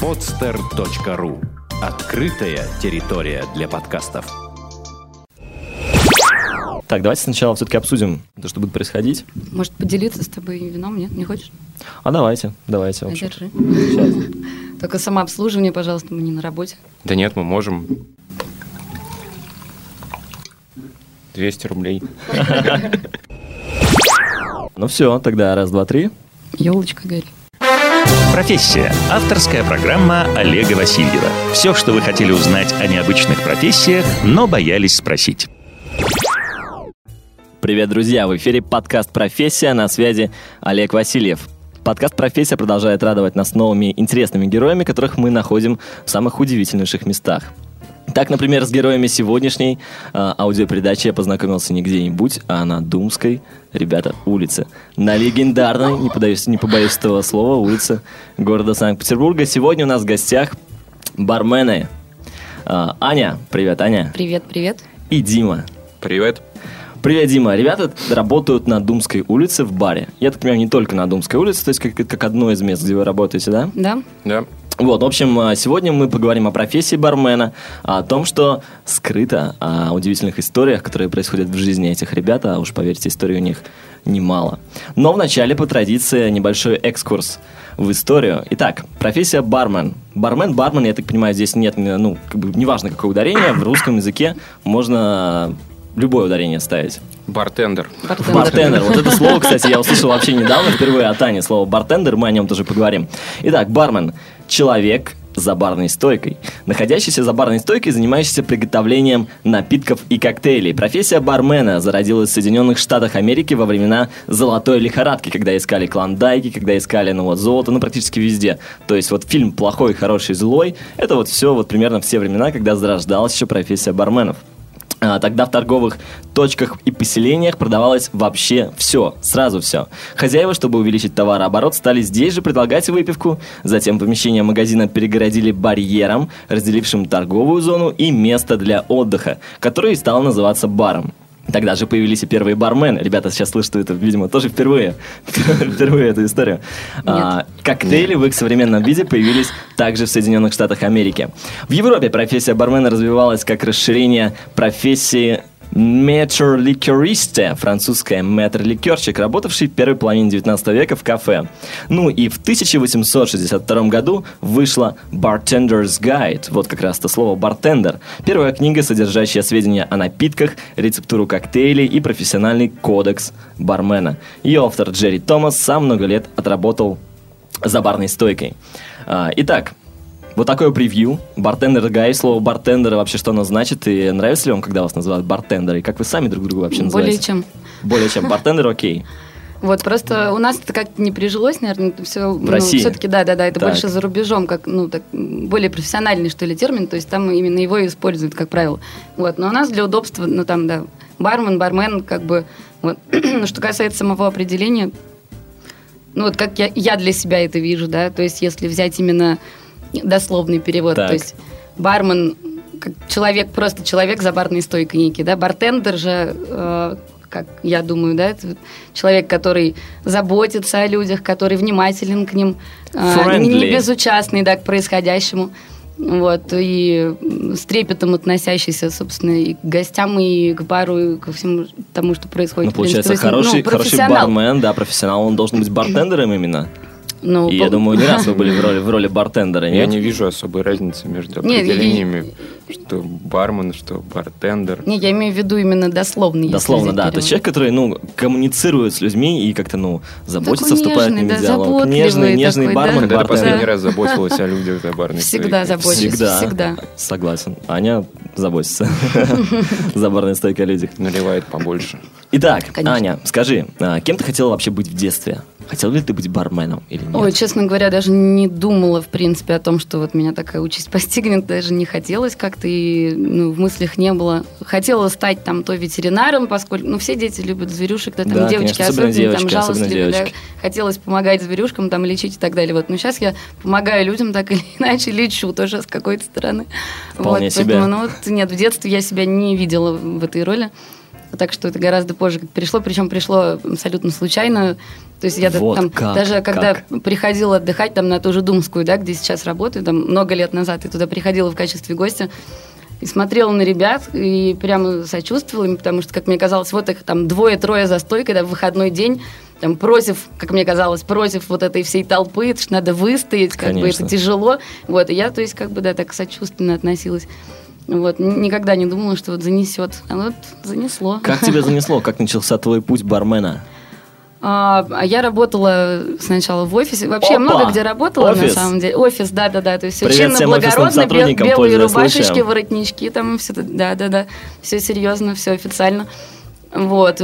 podster.ru. Открытая территория для подкастов. Так, давайте сначала все-таки обсудим то, что будет происходить. Может, поделиться с тобой вином, нет? Не хочешь? А давайте. Держи. Только самообслуживание, пожалуйста, мы не на работе. Да нет, мы можем. 200 рублей. Ну все, тогда раз, два, три. Елочка горит. «Профессия» – авторская программа Олега Васильева. Все, что вы хотели узнать о необычных профессиях, но боялись спросить. Привет, друзья! В эфире подкаст «Профессия», на связи Олег Васильев. Подкаст «Профессия» продолжает радовать нас новыми интересными героями, которых мы находим в самых удивительнейших местах. Так, например, с героями сегодняшней аудиопередачи я познакомился не где-нибудь, а на Думской, ребята, улице. На легендарной, не побоюсь этого слова, улице города Санкт-Петербурга. Сегодня у нас в гостях бармены. Аня. Привет, Аня. Привет. И Дима. Привет. Привет, Дима. Ребята работают на Думской улице в баре. Я так понимаю, не только на Думской улице, то есть как одно из мест, где вы работаете, да? Да. Вот, в общем, сегодня мы поговорим о профессии бармена, о том, что скрыто, о удивительных историях, которые происходят в жизни этих ребят, а уж поверьте, историй у них немало. Но вначале, по традиции, небольшой экскурс в историю. Итак, профессия бармен. Бармен, я так понимаю, здесь нет, неважно какое ударение, в русском языке можно любое ударение ставить. Бартендер. Вот это слово, кстати, я услышал вообще недавно, впервые от Ани, слово бартендер, мы о нем тоже поговорим. Итак, бармен – человек за барной стойкой, находящийся за барной стойкой, занимающийся приготовлением напитков и коктейлей. Профессия бармена зародилась в Соединенных Штатах Америки во времена золотой лихорадки, когда искали клондайки, когда искали золото, практически везде. То есть фильм «Плохой, хороший, злой» – это все примерно в те времена, когда зарождалась еще профессия барменов. Тогда в торговых точках и поселениях продавалось вообще все, сразу все. Хозяева, чтобы увеличить товарооборот, стали здесь же предлагать выпивку. Затем помещение магазина перегородили барьером, разделившим торговую зону и место для отдыха, которое и стало называться баром. Тогда же появились и первые бармены. Ребята сейчас слышат это, видимо, тоже впервые эту историю. Коктейли в их современном виде появились также в Соединенных Штатах Америки. В Европе профессия бармена развивалась как расширение профессии метр-ликеристе, французская метр-ликерщик, работавший в первой половине 19 века в кафе. И в 1862 году вышла Bartender's Guide, вот как раз то слово «бартендер». Первая книга, содержащая сведения о напитках, рецептуру коктейлей и профессиональный кодекс бармена. Ее автор Джерри Томас сам много лет отработал за барной стойкой. Итак, вот такое превью. Bartender's Guide. Слово бартендер вообще что оно значит? И нравится ли вам, когда вас называют бартендеры? И как вы сами друг друга вообще называете? Более чем. Бартендер окей. Вот, просто у нас это как-то не прижилось, наверное, это все... В России? Все-таки, да, это так. больше за рубежом, как, более профессиональный, что ли, термин, то есть там именно его используют, как правило. Вот, но у нас для удобства, бармен, как бы, вот. Что касается самого определения, как я для себя это вижу, да, то есть если взять именно дословный перевод, так. То есть бармен, как человек, просто человек за барной стойкой некий, да, бартендер же... как я думаю, да, это человек, который заботится о людях, который внимателен к ним, не безучастный, да, к происходящему, и с трепетом относящийся, собственно, и к гостям, и к бару, и ко всему тому, что происходит. Получается, хороший бармен, да, профессионал, он должен быть бартендером именно. Я думаю, не раз вы были в роли бартендера, нет? Я не вижу особой разницы между определениями, что бармен, что бартендер. Не, я имею в виду именно дословно. Дословно, да. То есть человек, который, коммуницирует с людьми и как-то, заботится, вступает с ними в диалог. Нежный бармен. Когда ты последний раз заботилась о людях за барной стойкой? Всегда забочусь, всегда. Согласен. Аня заботится за барной стойкой о людях. Наливает побольше. Итак, Аня, скажи, кем ты хотела вообще быть в детстве? Хотела ли ты быть барменом или нет? Ой, честно говоря, даже не думала, в принципе, о том, что меня такая участь постигнет. Даже не хотелось как-то, и в мыслях не было. Хотела стать то ветеринаром, поскольку, все дети любят зверюшек, да, там девочки, конечно, особенно девочки, жалостливые, да. Хотелось помогать зверюшкам, лечить и так далее. Но сейчас я помогаю людям так или иначе, лечу тоже с какой-то стороны. Вполне себе. Поэтому, нет, в детстве я себя не видела в этой роли. так что это гораздо позже как пришло, причем пришло абсолютно случайно. То есть я вот там как, даже когда приходила отдыхать там на ту же Думскую, да, где сейчас работаю, там много лет назад, я туда приходила в качестве гостя и смотрела на ребят и прямо сочувствовала им, потому что, как мне казалось, вот их там 2-3 за стойкой, да, в выходной день, там, против, как мне казалось, против вот этой всей толпы, это ж надо выстоять, как бы это тяжело. Вот, и я, то есть, как бы, да, так сочувственно относилась. Вот, никогда не думала, что вот занесет. А вот занесло. Как тебя занесло? Как начался твой путь бармена? Я работала сначала в офисе. Вообще много где работала, на самом деле. Офис, да-да-да. То есть совершенно благородно, белые рубашечки, воротнички, там все, да-да-да. Все серьезно, все официально. Вот.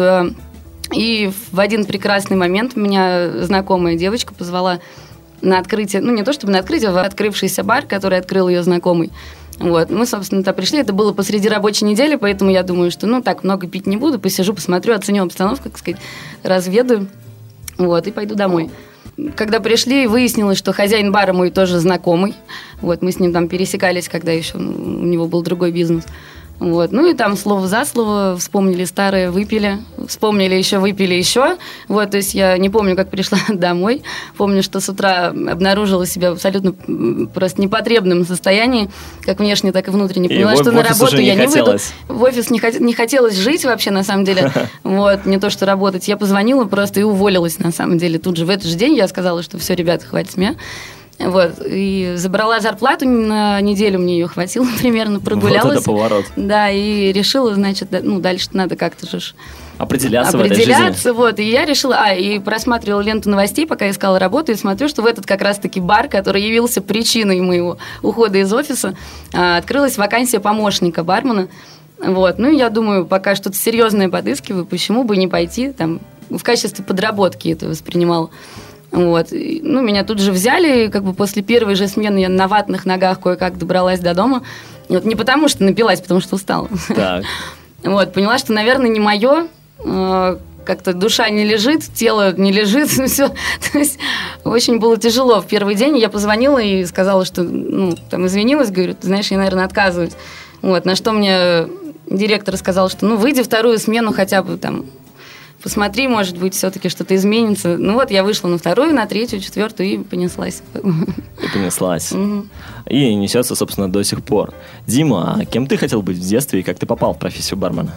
И в один прекрасный момент меня знакомая девочка позвала на открытие, ну не то чтобы на открытие, а в открывшийся бар, который открыл ее знакомый. Вот. Мы, собственно, туда пришли, это было посреди рабочей недели, поэтому я думаю, что, ну, так много пить не буду, посижу, посмотрю, оценю обстановку, так сказать, разведаю, вот, и пойду домой. Когда пришли, выяснилось, что хозяин бара мой тоже знакомый, вот, мы с ним там пересекались, когда еще у него был другой бизнес. Вот. Ну и там слово за слово вспомнили старое, выпили, вспомнили еще, выпили еще. Вот, то есть я не помню, как пришла домой. Помню, что с утра обнаружила себя в абсолютно просто непотребном состоянии, как внешне, так и внутренне. Поняла, что на работу я не выйду. В офис не хотелось жить вообще, на самом деле. Вот, не то, что работать. Я позвонила просто и уволилась, на самом деле. Тут же в этот же день я сказала, что все, ребята, хватит с меня. Вот, и забрала зарплату на неделю, мне ее хватило примерно, прогулялась. Вот это поворот. Да, и решила, значит, ну, дальше надо как-то же определяться в этой жизни. Вот, и я решила, и просматривала ленту новостей, пока искала работу, и смотрю, что в этот как раз-таки бар, который явился причиной моего ухода из офиса, открылась вакансия помощника бармена. Вот, ну, я думаю, пока что-то серьезное подыскиваю, почему бы не пойти, там, в качестве подработки это воспринимала. Вот. Ну, меня тут же взяли, как бы после первой же смены я на ватных ногах кое-как добралась до дома. Вот, не потому что напилась, потому что устала. Так. Вот, поняла, что, наверное, не мое. Как-то душа не лежит, тело не лежит, все. То есть очень было тяжело. В первый день я позвонила и сказала, что, ну, там, извинилась, говорю, ты знаешь, я, наверное, отказываюсь. Вот, на что мне директор сказал, что, ну, выйди вторую смену хотя бы там, посмотри, может быть, все-таки что-то изменится. Ну вот, я вышла на вторую, на третью, четвертую и понеслась. И понеслась. И несется, собственно, до сих пор. Дима, а кем ты хотел быть в детстве и как ты попал в профессию бармена?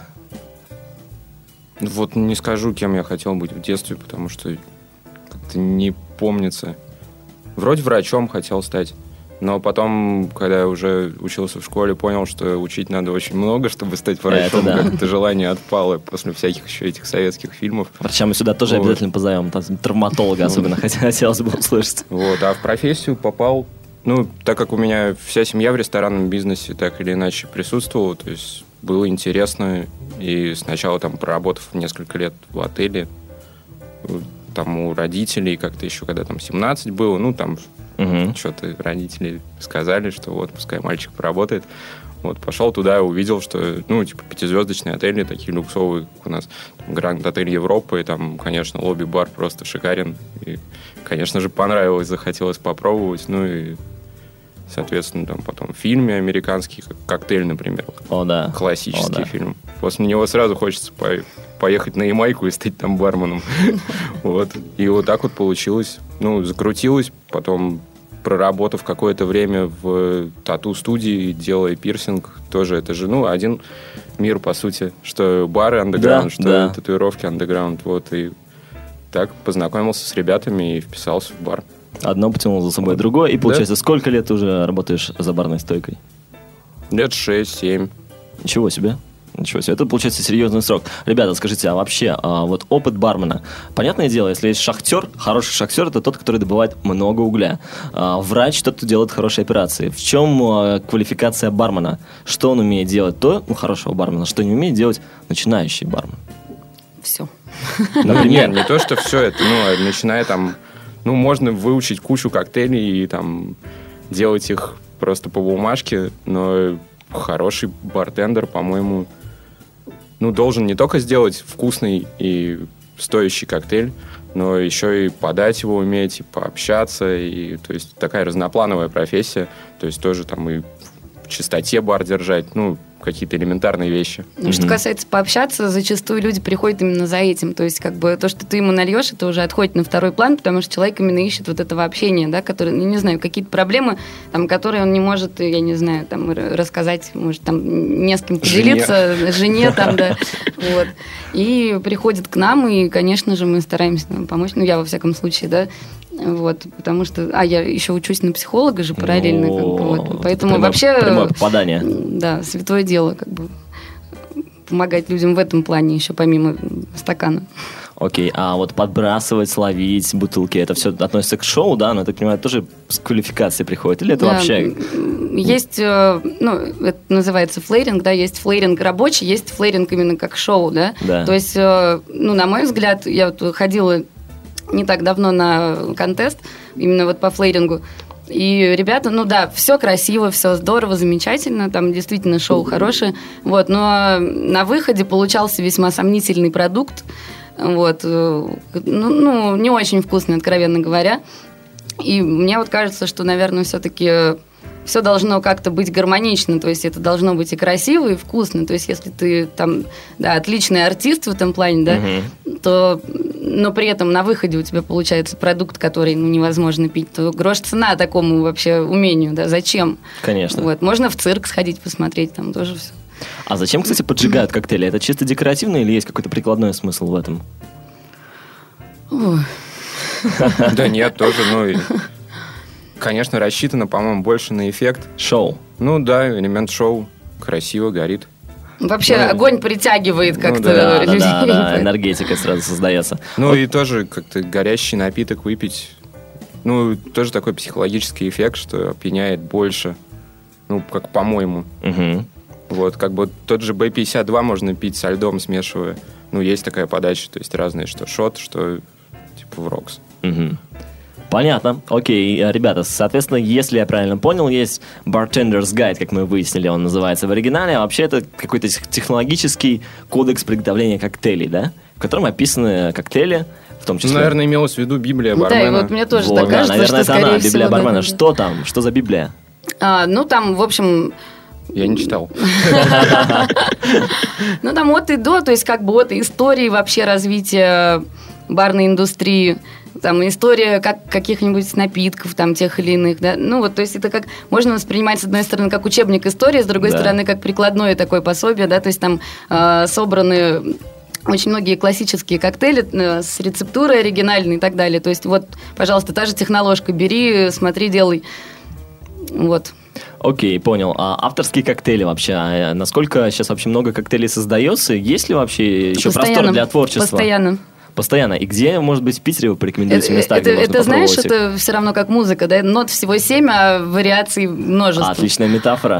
Вот не скажу, кем я хотел быть в детстве, потому что как-то не помнится. Вроде врачом хотел стать. Но потом, когда я уже учился в школе, понял, что учить надо очень много, чтобы стать врачом. Да. Как-то желание отпало после всяких еще этих советских фильмов. Врача мы сюда тоже обязательно позовем. Там травматолога особенно хотелось бы услышать. Вот, а в профессию попал... Ну, так как у меня вся семья в ресторанном бизнесе так или иначе присутствовала, то есть было интересно. И сначала там, проработав несколько лет в отеле, там у родителей как-то еще, когда там 17 было, ну, там... Что-то родители сказали, что вот, пускай мальчик поработает. Вот, пошел туда и увидел, что, ну, типа, 5-звездочные отели, такие люксовые, как у нас, Гранд Отель Европа, и там, конечно, лобби-бар просто шикарен. И, конечно же, понравилось, захотелось попробовать. Ну, и, соответственно, там потом фильмы американские, как «Коктейль», например. О, да. Классический фильм. После него сразу хочется поехать на Ямайку и стать там барменом. Вот. И вот так вот получилось. Ну, закрутилось. Потом, проработав какое-то время в тату-студии, делая пирсинг, тоже это же, ну, один мир, по сути. Что бары андеграунд, что татуировки андеграунд. Вот. И так познакомился с ребятами и вписался в бар. Одно потянуло за собой другое. И, получается, сколько лет ты уже работаешь за барной стойкой? Лет 6-7. Ничего себе. Ничего себе. Это, получается, серьезный срок. Ребята, скажите, а вообще, вот опыт бармена. Понятное дело, если есть шахтер, хороший шахтер, это тот, который добывает много угля. Врач, тот, кто делает хорошие операции. В чем квалификация бармена? Что он умеет делать, хорошего бармена, что не умеет делать начинающий бармен? Все. Например, не то, что все это, ну, начиная там, ну, можно выучить кучу коктейлей и там делать их просто по бумажке, но хороший бартендер, по-моему, ну, должен не только сделать вкусный и стоящий коктейль, но еще и подать его уметь, и пообщаться, и, то есть, такая разноплановая профессия, то есть, тоже там и в чистоте бар держать, ну, какие-то элементарные вещи. Ну, что касается пообщаться, зачастую люди приходят именно за этим. То есть, как бы, то, что ты ему нальешь, это уже отходит на второй план, потому что человек именно ищет вот этого общения, да, который, не знаю, какие-то проблемы, там, которые он не может, я не знаю, там, рассказать, может, там, не с кем поделиться, жене там, да, вот. И приходит к нам, и, конечно же, мы стараемся помочь, ну, я, во всяком случае, да, вот, потому что, я еще учусь на психолога же параллельно, как бы, вот, поэтому вообще... Прямое попадание. Да, святое дело, как бы, помогать людям в этом плане еще помимо стакана. Окей, а вот подбрасывать, ловить бутылки, это все относится к шоу, да? Но, я так понимаю, тоже с квалификацией приходит? Или это вообще... Есть, это называется флейтинг, да, есть флейтинг рабочий, есть флейтинг именно как шоу, да? Да. То есть, на мой взгляд, я вот ходила не так давно на контест, именно вот по флейтингу, и ребята, все красиво, все здорово, замечательно, там действительно шоу хорошее, вот, но на выходе получался весьма сомнительный продукт, вот, не очень вкусный, откровенно говоря, и мне вот кажется, что, наверное, все-таки все должно как-то быть гармонично, то есть это должно быть и красиво, и вкусно, то есть если ты там, да, отличный артист в этом плане, да, то, но при этом на выходе у тебя получается продукт, который невозможно пить, то грош цена такому вообще умению, да, зачем? Конечно. Вот, можно в цирк сходить посмотреть, там тоже все. А зачем, кстати, поджигают коктейли? Это чисто декоративно или есть какой-то прикладной смысл в этом? Да нет, тоже, конечно, рассчитано, по-моему, больше на эффект. Шоу. Ну да, элемент шоу. Красиво, горит. Вообще огонь притягивает как-то людей. Да, энергетика сразу создается. И тоже как-то горящий напиток выпить. Тоже такой психологический эффект, что опьяняет больше. Как по-моему. Вот, как бы тот же B52 можно пить со льдом, смешивая. Есть такая подача, то есть разные, что шот, что типа в рокс. Понятно. Окей, ребята, соответственно, если я правильно понял, есть Bartender's Guide, как мы выяснили, он называется в оригинале, а вообще это какой-то технологический кодекс приготовления коктейлей, да? В котором описаны коктейли, в том числе... Наверное, имелась в виду Библия бармена. Да, и вот мне тоже так кажется, наверное, что, это скорее она, всего... Библия бармена. Да. Что там? Что за Библия? Там, в общем... Я не читал. Там от и до, то есть как бы от истории вообще развития барной индустрии, там история каких-нибудь напитков, там тех или иных, да, то есть это как можно воспринимать с одной стороны как учебник истории, с другой стороны как прикладное такое пособие, да, то есть там собраны очень многие классические коктейли с рецептурой оригинальной и так далее, то есть вот, пожалуйста, та же техноложка, бери, смотри, делай, вот. Окей, понял. А авторские коктейли вообще? Насколько сейчас вообще много коктейлей создается? Есть ли вообще еще простор для творчества? Постоянно. И где, может быть, в Питере вы порекомендуете места, где можно попробовать? Знаешь, это все равно как музыка, да? Нот всего 7, а вариаций множество. Отличная метафора.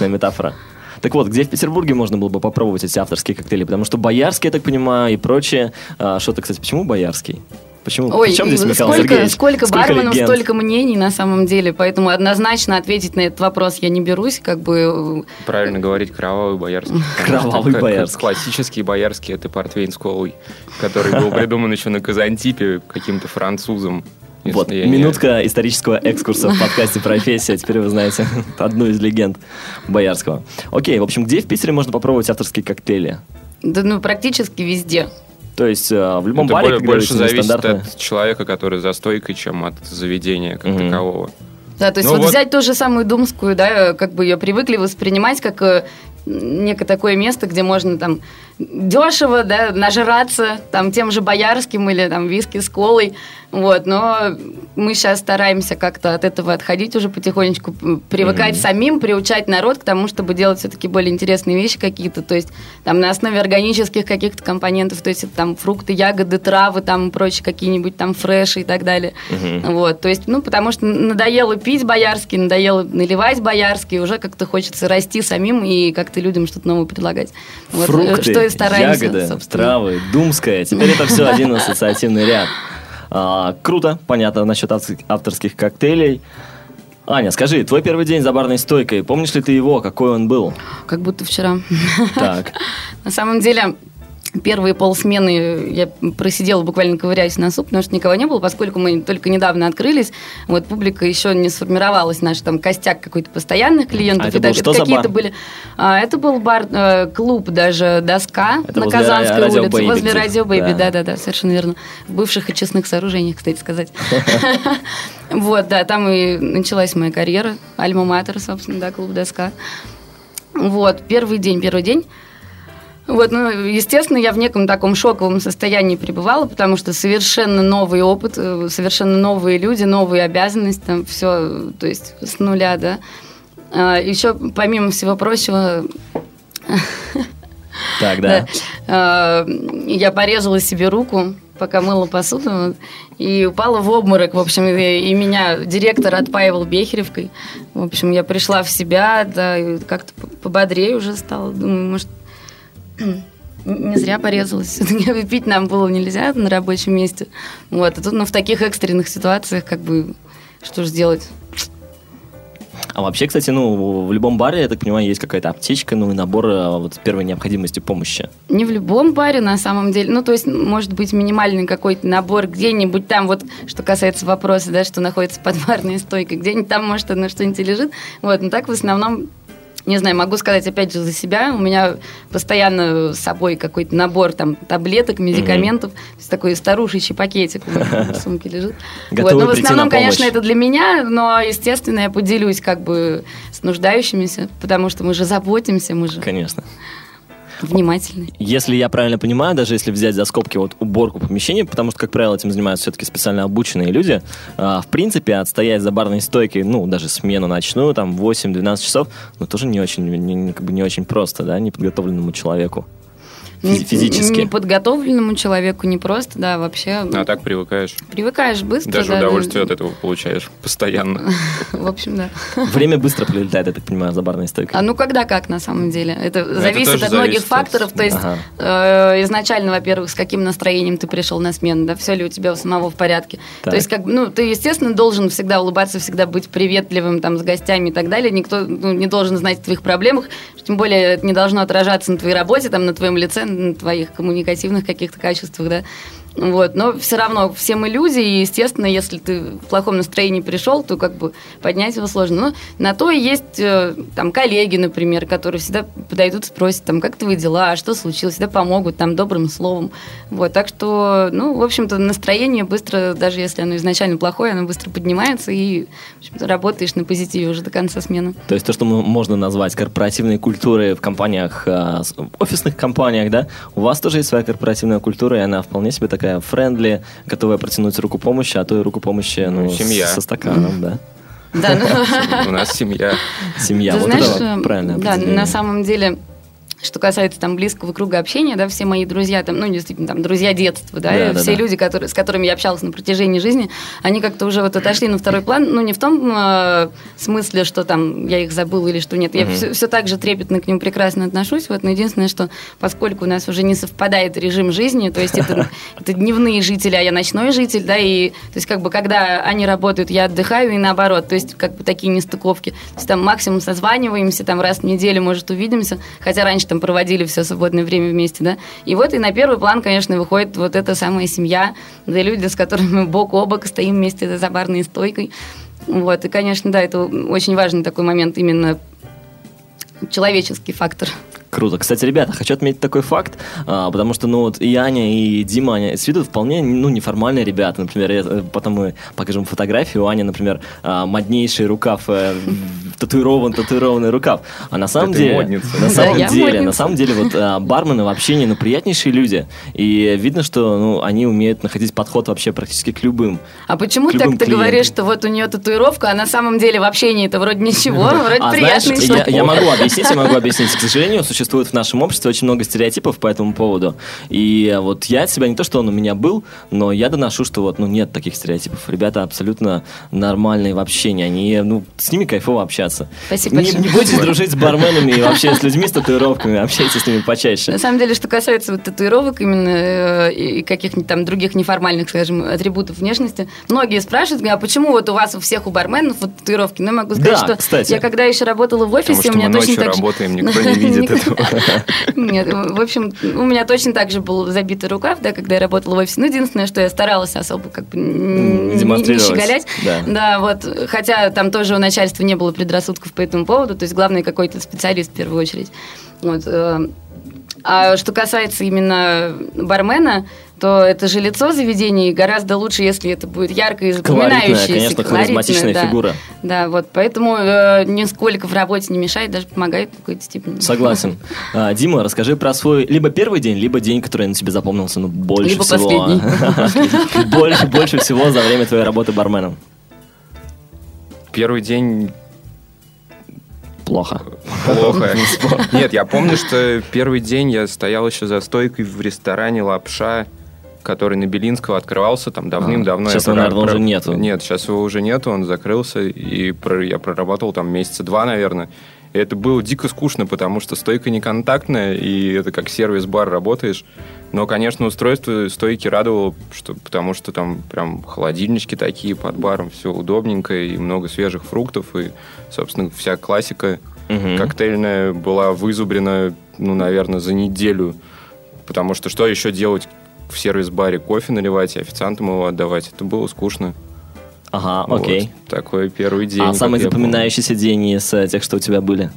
Так вот, где в Петербурге можно было бы попробовать эти авторские коктейли? Потому что Боярский, я так понимаю, и прочее. Что-то, кстати, почему Боярский? Почему? Ой, причем здесь Михаил Сергеевич? Сколько барменов, легенд? столько мнений на самом деле, поэтому однозначно ответить на этот вопрос я не берусь, как бы... Правильно говорить, кровавый боярский. Кровавый боярский. Классический боярский – это портвейн с колой, который был придуман еще на Казантипе каким-то французом. Вот, минутка исторического экскурса в подкасте «Профессия». Теперь вы знаете одну из легенд Боярского. Окей, в общем, где в Питере можно попробовать авторские коктейли? Да, практически везде. То есть в любом это баре, как больше зависит стандартно... от человека, который за стойкой, чем от заведения как такового. Да, то есть взять ту же самую Думскую, да, как бы ее привыкли воспринимать как некое такое место, где можно там дешево, да, нажраться там тем же Боярским или там виски с колой, вот, но мы сейчас стараемся как-то от этого отходить уже потихонечку, привыкать самим, приучать народ к тому, чтобы делать все-таки более интересные вещи какие-то, то есть там на основе органических каких-то компонентов, то есть это там фрукты, ягоды, травы, там прочие какие-нибудь там фреши и так далее, вот, то есть, потому что надоело пить Боярский, надоело наливать Боярский, уже как-то хочется расти самим и как-то людям что-то новое предлагать. Вот, фрукты, что и стараемся, ягоды, собственно. травы, Думская. Теперь это все один ассоциативный ряд. Круто, понятно, насчет авторских коктейлей. Аня, скажи, твой первый день за барной стойкой, помнишь ли ты его, какой он был? Как будто вчера. Так. На самом деле, Первые полсмены я просидела, буквально ковыряясь на суп, потому что никого не было, поскольку мы только недавно открылись, вот публика еще не сформировалась, наш там костяк какой-то постоянных клиентов. А это был что за бар? Это был бар, клуб даже, «Доска» это на Казанской Радио улице, Бэйби, возле Радио Бэйби, да. да, совершенно верно. В бывших очистных сооружениях, кстати сказать. Вот, да, там и началась моя карьера, альма-матер, собственно, да, клуб «Доска». Вот, первый день. Вот, ну, естественно, я в неком таком шоковом состоянии пребывала, потому что совершенно новый опыт, совершенно новые люди, новые обязанности, там все, то есть с нуля, да. Еще, помимо всего прочего, Так, да. я порезала себе руку, пока мыла посуду, и упала в обморок, в общем, и меня директор отпаивал бехеревкой. В общем, я пришла в себя, да, и как-то пободрее уже стала, думаю, может... Не зря порезалась. Все-таки пить нам было нельзя на рабочем месте. Вот. А тут, в таких экстренных ситуациях, как бы, что же сделать? А вообще, кстати, в любом баре, я так понимаю, есть какая-то аптечка, и набор вот первой необходимости помощи. Не в любом баре, на самом деле. То есть, может быть, минимальный какой-то набор где-нибудь там, вот, что касается вопроса, да, что находится под барной стойкой, где-нибудь там, может, на что-нибудь лежит. Вот. Но так, в основном, не знаю, могу сказать, опять же, за себя. У меня постоянно с собой какой-то набор там таблеток, медикаментов. То есть такой старушечий пакетик у меня в сумке лежит. Вот. Но в основном, конечно, это для меня, но, естественно, я поделюсь как бы с нуждающимися, потому что мы же заботимся, мы же... Конечно. Внимательный. Если я правильно понимаю, даже если взять за скобки вот уборку помещения, потому что, как правило, этим занимаются все-таки специально обученные люди, в принципе, отстоять за барной стойкой, даже смену ночную, там, 8-12 часов, тоже не очень просто, да, неподготовленному человеку. Физически. Неподготовленному человеку не просто, да, вообще. А так привыкаешь. Привыкаешь быстро. Даже да, удовольствие от этого получаешь постоянно. В общем, да. Время быстро пролетает, я так понимаю, за барной стойкой. Когда как, на самом деле. Это зависит от многих факторов. То есть, изначально, во-первых, с каким настроением ты пришел на смену, да, все ли у тебя у самого в порядке. Так. То есть, ты, естественно, должен всегда улыбаться, всегда быть приветливым там с гостями и так далее. Никто не должен знать о твоих проблемах, тем более это не должно отражаться на твоей работе, там, на твоем лице, на твоих коммуникативных каких-то качествах, да. Вот. Но все равно все мы люди, и, естественно, если ты в плохом настроении пришел, то как бы поднять его сложно. Но на то и есть там коллеги, например, которые всегда подойдут, спросят, там, как твои дела, что случилось, всегда помогут там добрым словом. Вот. Так что, в общем-то, настроение быстро, даже если оно изначально плохое, оно быстро поднимается, и, в общем-то, работаешь на позитиве уже до конца смены. То есть то, что можно назвать корпоративной культурой в компаниях, офисных компаниях, да, у вас тоже есть своя корпоративная культура, и она вполне себе такая френдли, готовая протянуть руку помощи, а то и руку помощи семья. Со стаканом, да. Да, у нас семья. Семья, вот это правильное определение. Да, на самом деле, что касается там близкого круга общения, да, все мои друзья, там, действительно, там, друзья детства, да, все люди, с которыми я общалась на протяжении жизни, они как-то уже вот отошли на второй план, не в том смысле, что там я их забыла или что нет, я все так же трепетно к ним прекрасно отношусь, вот, но единственное, что поскольку у нас уже не совпадает режим жизни, то есть это дневные жители, а я ночной житель, да, и, то есть, как бы, когда они работают, я отдыхаю, и наоборот, то есть, как бы, такие нестыковки, то есть, там, максимум созваниваемся, там, раз в неделю, может, увидимся, хотя раньше там проводили все свободное время вместе, да. И вот и на первый план, конечно, выходит вот эта самая семья, да, люди, с которыми мы бок о бок стоим вместе за барной стойкой. Вот, и, конечно, да, это очень важный такой момент, именно человеческий фактор. Круто. Кстати, ребята, хочу отметить такой факт, потому что, и Аня, и Дима, они с виду вполне, неформальные ребята. Например, потом мы покажем фотографию. У Ани, например, моднейший рукав, татуированный рукав. А на самом деле, на самом деле, вот бармены в общении, приятнейшие люди. И видно, что, они умеют находить подход вообще практически к любым. А почему так ты говоришь, что вот у нее татуировка, а на самом деле в общении это вроде ничего, вроде приятный человек? Я могу объяснить. К сожалению, существует в нашем обществе очень много стереотипов по этому поводу. И вот я от себя, не то, что он у меня был, но я доношу, что нет таких стереотипов. Ребята абсолютно нормальные в общении. Они, с ними кайфово общаться. Спасибо большое. Не бойтесь дружить с барменами и вообще с людьми с татуировками. Общайтесь с ними почаще. На самом деле, что касается татуировок именно и каких-нибудь там других неформальных, скажем, атрибутов внешности, многие спрашивают, а почему вот у вас у всех у барменов вот татуировки? Я могу сказать, что кстати. Я когда еще работала в офисе, потому что у меня мы точно ночью так же... работаем, никто не видит это. Нет, в общем, у меня точно так же был забитый рукав, да, когда я работала в офисе. Ну, единственное, что я старалась особо как бы не щеголять. Да, вот. Хотя там тоже у начальства не было предрассудков по этому поводу. То есть главный какой-то специалист в первую очередь. Вот. А что касается именно бармена, то это же лицо заведения, и гораздо лучше, если это будет яркое и запоминающееся. Конечно, харизматичная фигура. Да, вот, поэтому нисколько в работе не мешает, даже помогает в какой-то степени. Согласен. Дима, расскажи про свой либо первый день, либо день, который на тебе запомнился больше либо всего. Последний. Больше всего за время твоей работы барменом. Первый день... Плохо. Нет, я помню, что первый день я стоял еще за стойкой в ресторане «Лапша», который на Белинского открывался там давным-давно. Сейчас его, наверное, уже нету. Нет, сейчас его уже нету, он закрылся, и я проработал там месяца 2, наверное. И это было дико скучно, потому что стойка неконтактная, и это как сервис-бар работаешь. Но, конечно, устройство стойки радовало, потому что там прям холодильнички такие под баром, все удобненько, и много свежих фруктов, и, собственно, вся классика коктейльная была вызубрена, наверное, за неделю. Потому что что еще делать в сервис-баре? Кофе наливать и официантам его отдавать. Это было скучно. Ага, окей. Вот такой первый день. А самый запоминающийся день из тех, что у тебя были?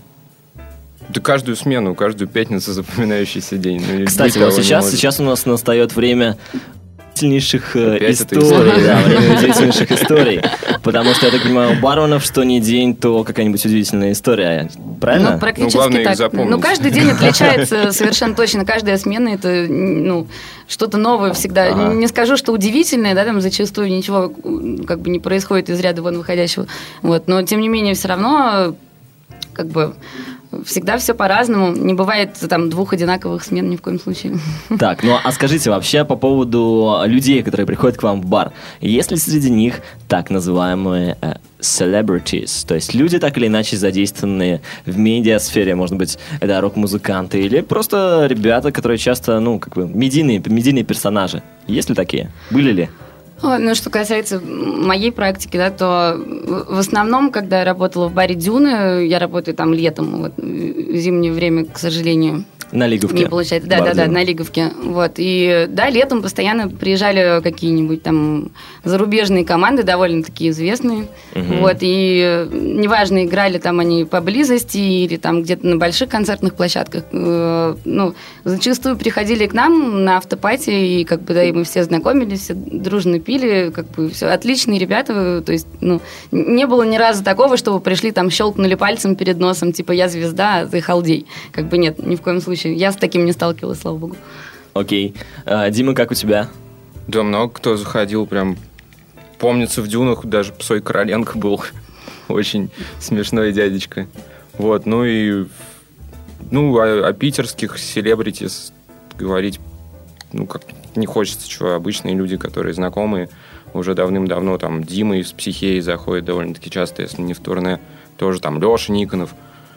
Да каждую смену, каждую пятницу запоминающийся день. Кстати, вот сейчас у нас настает время удивительнейших историй. Да, время удивительнейших историй. Потому что, я так понимаю, у барменов что ни день, то какая-нибудь удивительная история. Правильно? Практически главное так. их запомнить. Каждый день отличается совершенно точно. Каждая смена – это что-то новое всегда. Ага. Не скажу, что удивительное, да, там зачастую ничего как бы не происходит из ряда вон выходящего. Вот. Но, тем не менее, все равно как бы всегда все по-разному. Не бывает там 2 одинаковых смен ни в коем случае. Так, а скажите вообще по поводу людей, которые приходят к вам в бар. Есть ли среди них так называемые celebrities? То есть люди, так или иначе задействованные в медиасфере, может быть, это рок-музыканты или просто ребята, которые часто, медийные персонажи. Есть ли такие? Были ли? Что касается моей практики, да, то в основном, когда я работала в баре «Дюна», я работаю там летом, в зимнее время, к сожалению. На Лиговке. Не получается. Да, на Лиговке. Вот. И да, летом постоянно приезжали какие-нибудь там зарубежные команды, довольно такие известные. Вот. И неважно, играли там они поблизости или там где-то на больших концертных площадках. Зачастую приходили к нам на автопати, и как бы, да, и мы все знакомились, все дружно пили, как бы все отличные ребята. То есть, не было ни разу такого, чтобы пришли там, щелкнули пальцем перед носом, типа, я звезда, а ты халдей. Как бы нет, ни в коем случае. Я с таким не сталкивалась, слава богу. Окей. Дима, как у тебя? Да, много кто заходил, прям помнится, в «Дюнах» даже Псой Короленко был очень смешной дядечка. Вот, о питерских селебритис говорить, как не хочется, чего обычные люди, которые знакомые уже давным-давно, там, Дима из «Психеи» заходит довольно-таки часто, если не в турне, тоже там Леша Никонов.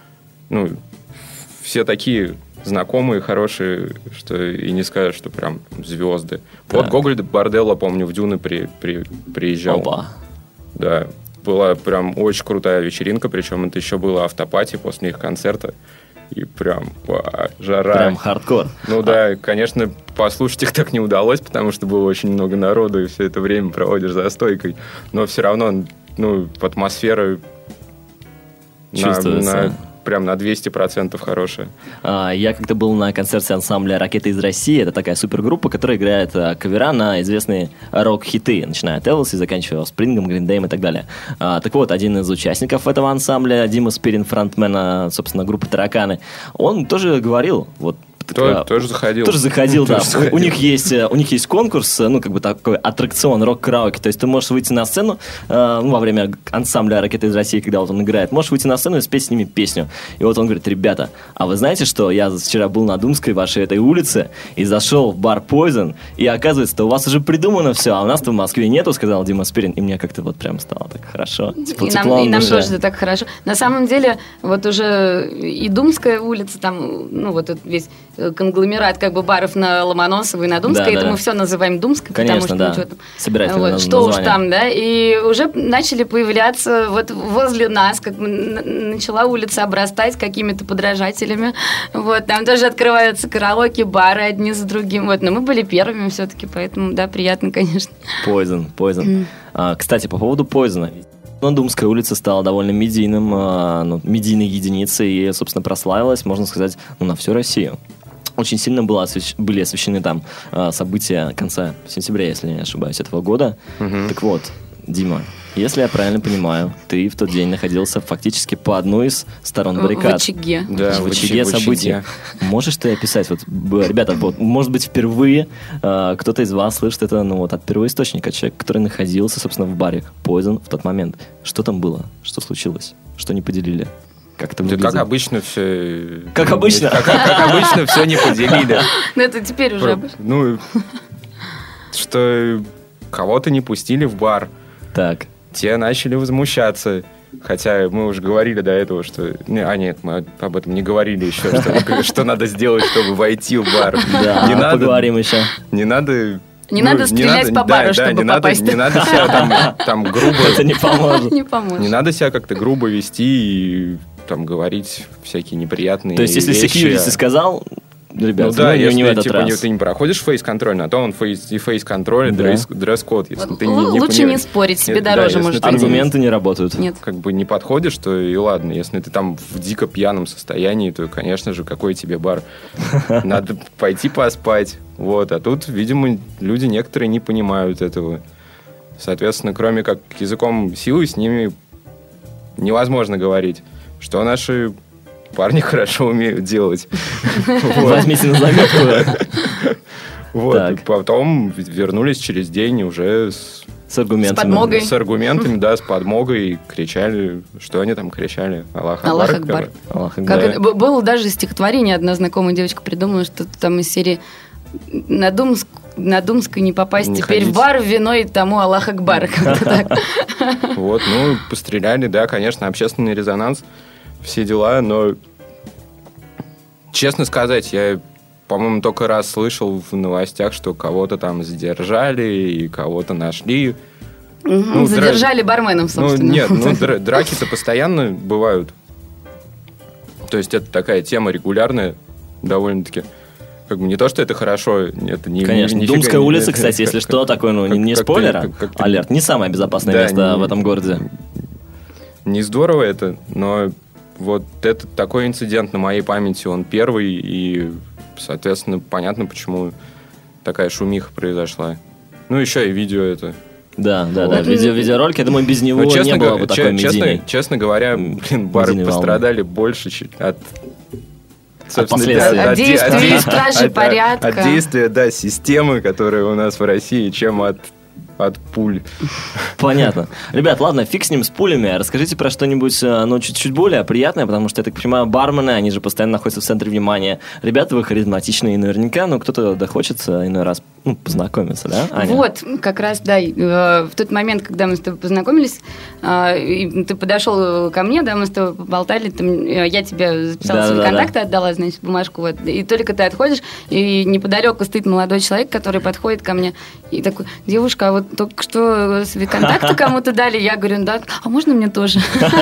Все такие знакомые, хорошие, что и не скажешь, что прям звезды. Да. Вот Гоголь Борделло, помню, в «Дюны» приезжал. Опа. Да, была прям очень крутая вечеринка, причем это еще было автопати после их концерта. И прям жара. Прям хардкор. Да, конечно, послушать их так не удалось, потому что было очень много народу, и все это время проводишь за стойкой. Но все равно, атмосфера чувствуется. Прям на 200% хорошая. Я как-то был на концерте ансамбля «Ракеты из России». Это такая супергруппа, которая играет кавера на известные рок-хиты, начиная от Элвиса и заканчивая Спрингом, Гриндеем и так далее. Так вот, один из участников этого ансамбля, Дима Спирин, фронтмена, собственно, группы «Тараканы», он тоже говорил, Тоже заходил. Тоже заходил, да. У них есть конкурс, такой аттракцион рок-караоке. То есть ты можешь выйти на сцену во время ансамбля «Ракеты из России», когда он играет, можешь выйти на сцену и спеть с ними песню. И вот он говорит: ребята, а вы знаете, что я вчера был на Думской, вашей этой улице, и зашел в бар Poison, и оказывается, у вас уже придумано все, а у нас-то в Москве нету, сказал Дима Спирин. И мне как-то прям стало так хорошо. И нам тоже так хорошо. На самом деле, вот уже и Думская улица, там, этот весь конгломерат как бы баров на Ломоносовой и на Думской, это мы все называем Думской, конечно, потому что что уж там, да, и уже начали появляться вот возле нас, как бы начала улица образовываться, обрастать какими-то подражателями. Вот, там тоже открываются караоке-бары одни за другим. Вот, но мы были первыми все-таки, поэтому, да, приятно, конечно. Poison. Кстати, по поводу Poison. Думская улица стала довольно медийной единицей и, собственно, прославилась, можно сказать, на всю Россию. Очень сильно были освещены там события конца сентября, если не ошибаюсь, этого года. Так вот, Дима, если я правильно понимаю, ты в тот день находился фактически по одной из сторон баррикад. В очаге. Да, в очаге событий. Можешь ты описать, ребята, может быть, впервые кто-то из вас слышит это от первоисточника, человека, который находился, собственно, в баре Poison в тот момент. Что там было? Что случилось? Что не поделили? Как это выглядело? Как обычно все... Как обычно? Как обычно все не поделили. Ну, это теперь уже... Что кого-то не пустили в бар. Так. Те начали возмущаться. Хотя мы уже говорили до этого, что... нет, мы об этом не говорили еще, что надо сделать, чтобы войти в бар. Да, поговорим еще. Не надо... Не надо стрелять по бару, чтобы попасть. Не надо себя там грубо... Это не поможет. Не поможет. Не надо себя как-то грубо вести и там говорить всякие неприятные вещи. То есть, если security сказал... Ребят, если не в этот раз. Ты не проходишь фейс-контроль, на то он фейс-контроль, дресс-код. Если ты лучше не спорить, себе дороже может быть. Аргументы не работают. Нет. Как бы не подходишь, то и ладно. Если ты там в дико пьяном состоянии, то, конечно же, какой тебе бар? Надо пойти поспать. Вот. А тут, видимо, люди некоторые не понимают этого. Соответственно, кроме как языком силы, с ними невозможно говорить. Что наши... парни хорошо умеют делать. Возьмите на заметку. Вот. Потом вернулись через день уже с аргументами. С подмогой. С аргументами, да, с подмогой. И кричали. Что они там кричали? Аллах Акбар. Было даже стихотворение, одна знакомая девочка придумала, что там из серии «На Думской не попасть не теперь ходить. в бар, вино и тому Аллах Акбар». Вот, постреляли, да, конечно, общественный резонанс. Все дела, но, честно сказать, я, по-моему, только раз слышал в новостях, что кого-то там задержали и кого-то нашли. Задержали барменом, собственно. Нет, драки-то постоянно бывают. То есть это такая тема регулярная довольно-таки. Как бы не то, что это хорошо, это не... Конечно, Думская улица, кстати, если что, такой, не спойлер, алерт, не самое безопасное место в этом городе. Не здорово это, но вот это такой инцидент на моей памяти, он первый, и, соответственно, понятно, почему такая шумиха произошла. Еще и видео это. Да, видеоролик, я думаю, без него не было бы такой медийной. Честно говоря, бары пострадали больше от... От последствий. От действий стражи порядка. От действия, да, системы, которая у нас в России, чем от пуль. Понятно. Ребят, ладно, фиг с ним, с пулями. Расскажите про что-нибудь, чуть-чуть более приятное, потому что, я так понимаю, бармены, они же постоянно находятся в центре внимания. Ребята, вы харизматичные, и наверняка, кто-то дохочется иной раз познакомиться, да, Аня? Вот, как раз, да, в тот момент, когда мы с тобой познакомились, и ты подошел ко мне, да, мы с тобой поболтали, я тебе записала свои контакты, отдала, значит, бумажку, вот, и только ты отходишь, и неподалеку стоит молодой человек, который подходит ко мне, и такой: девушка, а вот только что свои контакты кому-то дали, я говорю: да, а можно мне тоже?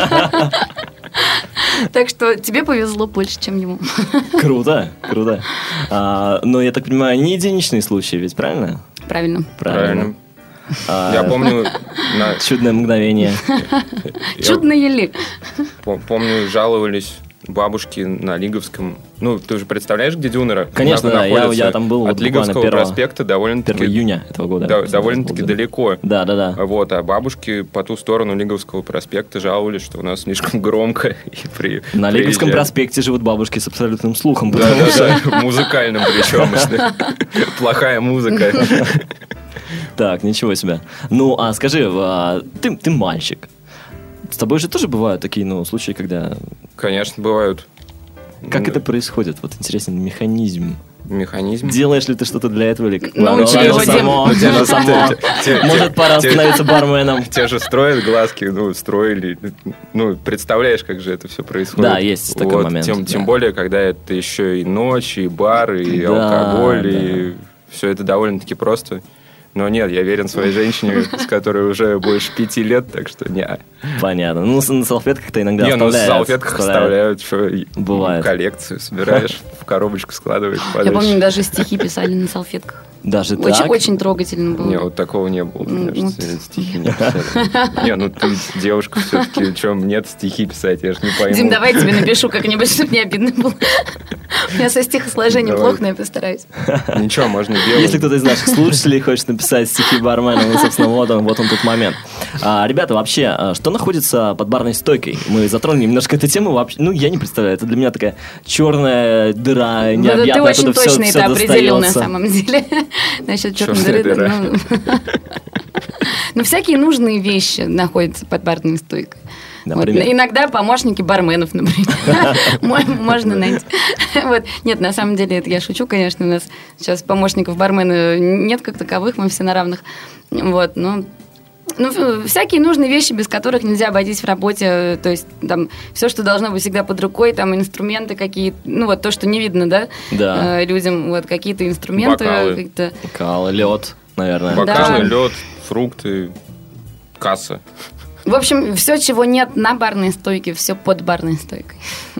Так что тебе повезло больше, чем ему. Круто. Но, я так понимаю, не единичный случай, ведь правильно? Правильно. Я помню... Чудное мгновение. Чудные ли? Помню, жаловались бабушки на Лиговском. Ты уже представляешь, где Дюнера? Конечно, да, я там был. От Лиговского проспекта довольно-таки... 1 июня этого года. Довольно-таки далеко. Да. Вот, а бабушки по ту сторону Лиговского проспекта жаловались, что у нас слишком громко. На Лиговском проспекте живут бабушки с абсолютным слухом. Да, музыкальным причем. Плохая музыка. Так, ничего себе. А скажи, ты мальчик. С тобой же тоже бывают такие, случаи, когда... Конечно, бывают. Как это происходит? Вот интересный механизм. Механизм? Делаешь ли ты что-то для этого? Или научи его, Дим. Может, пора становиться барменом. Те же строят глазки, строили. Представляешь, как же это все происходит. Да, есть такой момент. Тем более, когда это еще и ночь, и бар, и алкоголь, и все это довольно-таки просто. Но нет, я верен своей женщине, с которой уже больше 5 лет, так что не. Понятно. Ну, на салфетках-то иногда Не, оставляют. в салфетках оставляют, что Бывает. коллекцию собираешь, в коробочку складываешь. Я помню, даже стихи писали на салфетках. Даже Очень, так? очень трогательно было. Не, вот такого не было, мне кажется, стихи не писали. Не, ну ты девушка все-таки, чем нет стихи писать, я же не пойму. Дим, давай я тебе напишу как-нибудь, чтобы не обидно было. У меня со стихосложением Давай. плохо, но я постараюсь. Ничего, можно делать. Если кто-то из наших слушателей хочет написать стихи бармена, ну, собственно, вот он тот момент. Ребята, вообще, что находится под барной стойкой? Мы затронули немножко эту тему. Вообще, ну, я не представляю, это для меня такая черная дыра, необъятная. Ты очень оттуда точно всё это определил на достается. самом деле. Насчет черной Черная дыры. дыра. Ну, всякие нужные вещи находятся под барной стойкой. Вот. Например? Иногда помощники барменов, например, можно найти. Вот. Нет, на самом деле, это я шучу, конечно, у нас сейчас помощников бармена нет как таковых, мы все на равных. Вот, но всякие нужные вещи, без которых нельзя обойтись в работе, то есть там все, что должно быть всегда под рукой, там инструменты какие-то, ну вот то, что не видно, да. Людям, вот какие-то инструменты. Бокалы. Какие-то... Бокалы, лед, наверное. Бокалы, Да. лед, фрукты, касса. В общем, все, чего нет на барной стойке, все под барной стойкой.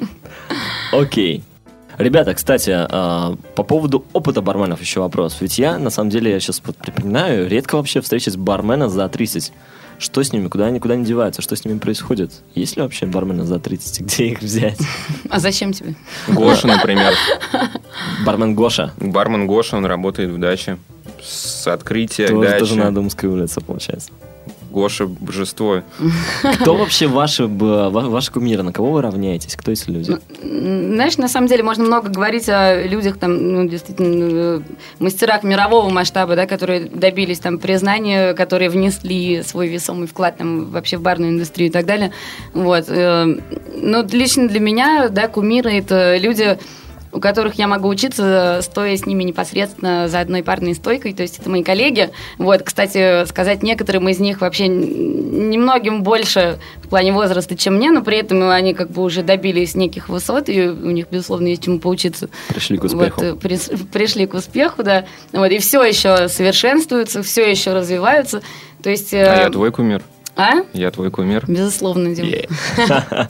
Окей. Ребята, кстати, по поводу опыта барменов еще вопрос. Ведь я, на самом деле, я сейчас припоминаю, редко вообще встречаюсь бармена за 30. Что с ними? Куда они деваются? Что с ними происходит? Есть ли вообще бармены за 30? Где их взять? А зачем тебе? Гоша, например. Бармен Гоша. Бармен Гоша, он работает в даче. С открытия Тоже дачи. на Думской улице, получается. Гоша божество. Кто вообще ваши кумиры? На кого вы равняетесь? Кто эти люди? Знаешь, на самом деле можно много говорить о людях, там, ну, действительно, мастерах мирового масштаба, да, которые добились там признания, которые внесли свой весомый вклад там, вообще в барную индустрию и так далее. Вот. Но лично для меня, да, кумиры — это люди, у которых я могу учиться, стоя с ними непосредственно за одной барной стойкой. То есть это мои коллеги. Вот, кстати, сказать, некоторым из них вообще немногим больше в плане возраста, чем мне, но при этом они как бы уже добились неких высот, и у них, безусловно, есть чему поучиться. Пришли к успеху. Вот, пришли к успеху, да. Вот, и все еще совершенствуются, все еще развиваются. То есть... А я твой кумир. А? Я твой кумир. Безусловно, Дим. Yeah.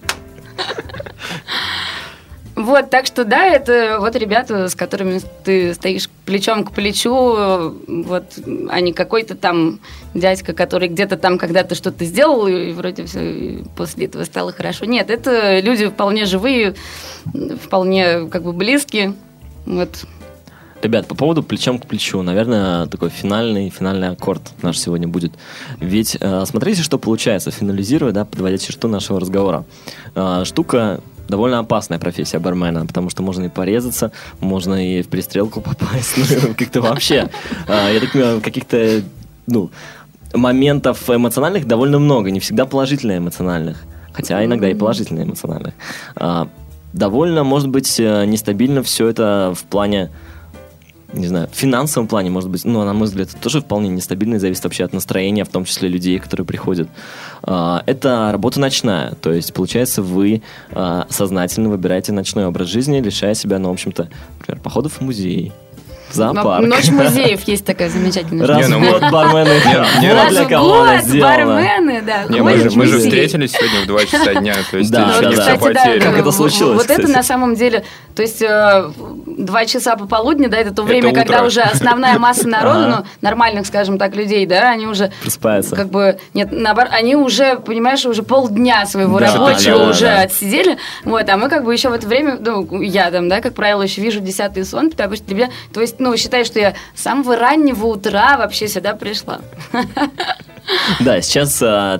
Вот, так что да, это вот ребята, с которыми ты стоишь плечом к плечу, вот, а не какой-то там дядька, который где-то там когда-то что-то сделал, и вроде все, и после этого стало хорошо. Нет, это люди вполне живые, вполне как бы близкие, вот. Ребят, по поводу плечом к плечу, наверное, такой финальный аккорд наш сегодня будет. Ведь смотрите, что получается, финализируя, да, подводя черту нашего разговора. Штука довольно опасная профессия бармена, потому что можно и порезаться, можно и в перестрелку попасть, ну, как-то вообще. Я так понимаю, каких-то, моментов эмоциональных довольно много, не всегда положительно эмоциональных, хотя иногда и положительно эмоциональных. Довольно, может быть, нестабильно все это в плане, не знаю, в финансовом плане, может быть, на мой взгляд, это тоже вполне нестабильно, зависит вообще от настроения, в том числе людей, которые приходят. Это работа ночная, то есть, получается, вы сознательно выбираете ночной образ жизни, лишая себя, в общем-то, например, походов в музей, в зоопарк. Ночь музеев есть такая замечательная. Раз в год бармены. Раз Для в кого она год сделана. бармены, да. Не, ходят в мы же музей. встретились сегодня в 2 часа дня, то есть Да, ты еще да, не да. все Кстати, да, потеряно. Как это случилось, Вот это кстати? на самом деле, то есть 2 часа пополудни, да, это то Это время, когда утро. уже основная масса народу, Ага. нормальных, скажем так, людей, да, они уже Просыпаются. как бы, нет, наоборот, они уже, понимаешь, уже полдня своего Да, рабочего да, уже да. отсидели, вот, а мы как бы еще в это время, я там, да, как правило, еще вижу 10-й сон, потому что для меня, то есть, считай, что я с самого раннего утра вообще сюда пришла. Да, сейчас в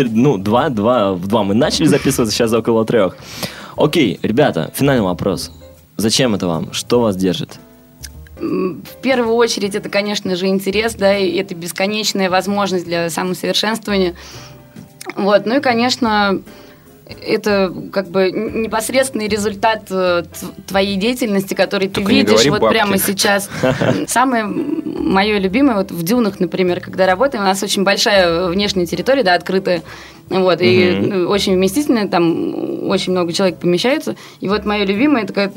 2 мы начали записываться, сейчас около 3. Окей, ребята, финальный вопрос. Зачем это вам? Что вас держит? В первую очередь, это, конечно же, интерес, да, и это бесконечная возможность для самосовершенствования. Вот, ну и, конечно, это как бы непосредственный результат твоей деятельности, который ты Только не видишь говори вот бабки. прямо сейчас. Самое мое любимое, вот в Дюнах, например, когда работаем, у нас очень большая внешняя территория, да, открытая, вот, и очень вместительная, там очень много человек помещается, и вот мое любимое, это когда там в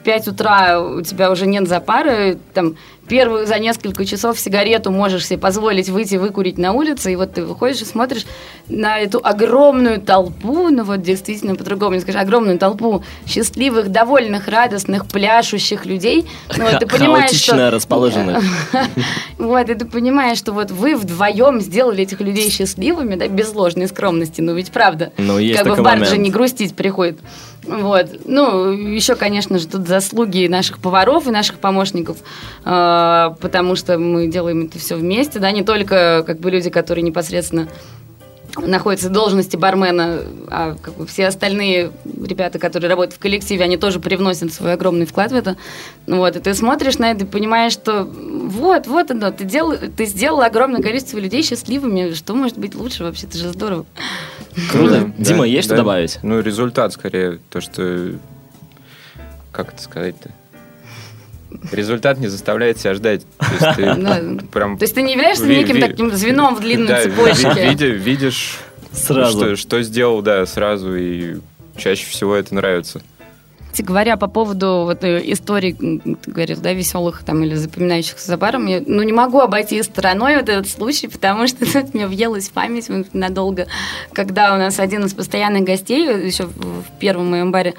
в 5 утра у тебя уже нет запара, там, первую за несколько часов сигарету можешь себе позволить выйти выкурить на улице, и вот ты выходишь и смотришь на эту огромную толпу, ну вот действительно по-другому не скажешь, огромную толпу счастливых, довольных, радостных, пляшущих людей. Ну, вот, ты понимаешь, хаотично расположенных. Вот, и ты понимаешь, что вот вы вдвоем сделали этих людей счастливыми, да, без ложной скромности, ну ведь правда. Ну, есть как бы такой в бар момент. же не грустить приходит. Вот. Ну, еще, конечно же, тут заслуги наших поваров и наших помощников, потому что мы делаем это все вместе, да, не только как бы люди, которые непосредственно находятся в должности бармена, а как бы все остальные ребята, которые работают в коллективе, они тоже привносят свой огромный вклад в это. Вот, и ты смотришь на это и понимаешь, что вот оно, ты сделал огромное количество людей счастливыми, что может быть лучше вообще, это же здорово. Круто. Да, Дима, есть что да. добавить? Ну, результат скорее, то, что... Как это сказать-то? Результат не заставляет себя ждать. То есть ты прям... То есть ты не являешься неким таким звеном в длинной цепочке? Видишь Сразу. что сделал, да, сразу, и чаще всего это нравится. Кстати говоря, по поводу вот историй, ты говорил, да, веселых там или запоминающихся за баром, я, ну, не могу обойти стороной вот этот случай, потому что тут мне въелась в память надолго, когда у нас один из постоянных гостей, еще в первом моем баре,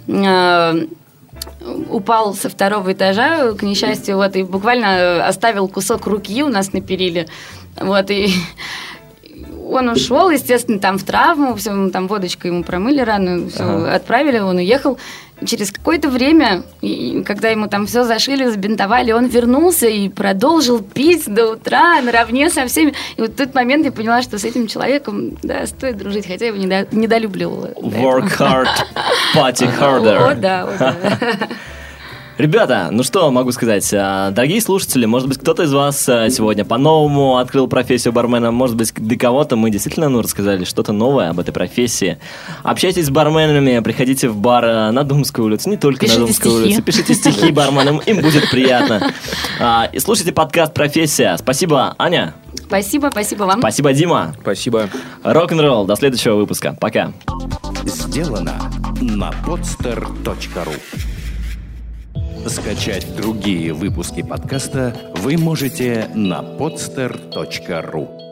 упал со 2-го этажа, к несчастью, вот, и буквально оставил кусок руки у нас на периле, вот, и он ушел, естественно, там в травму, все, там водочкой ему промыли рану, все, отправили, он уехал. Через какое-то время, когда ему там все зашили, забинтовали, он вернулся и продолжил пить до утра наравне со всеми. И вот в тот момент я поняла, что с этим человеком, да, стоит дружить, хотя я его недолюбливала. Work hard, party harder. О, да. Ребята, ну что могу сказать, дорогие слушатели, может быть, кто-то из вас сегодня по-новому открыл профессию бармена, может быть, для кого-то мы действительно рассказали что-то новое об этой профессии. Общайтесь с барменами, приходите в бар на Думскую улицу, не только Пишите на Думскую стихи. улицу, пишите стихи барменам, им будет приятно. И слушайте подкаст «Профессия». Спасибо, Аня. Спасибо вам. Спасибо, Дима. Спасибо. Рок-н-ролл. До следующего выпуска. Пока. Сделано на podster.ru. Скачать другие выпуски подкаста вы можете на podster.ru.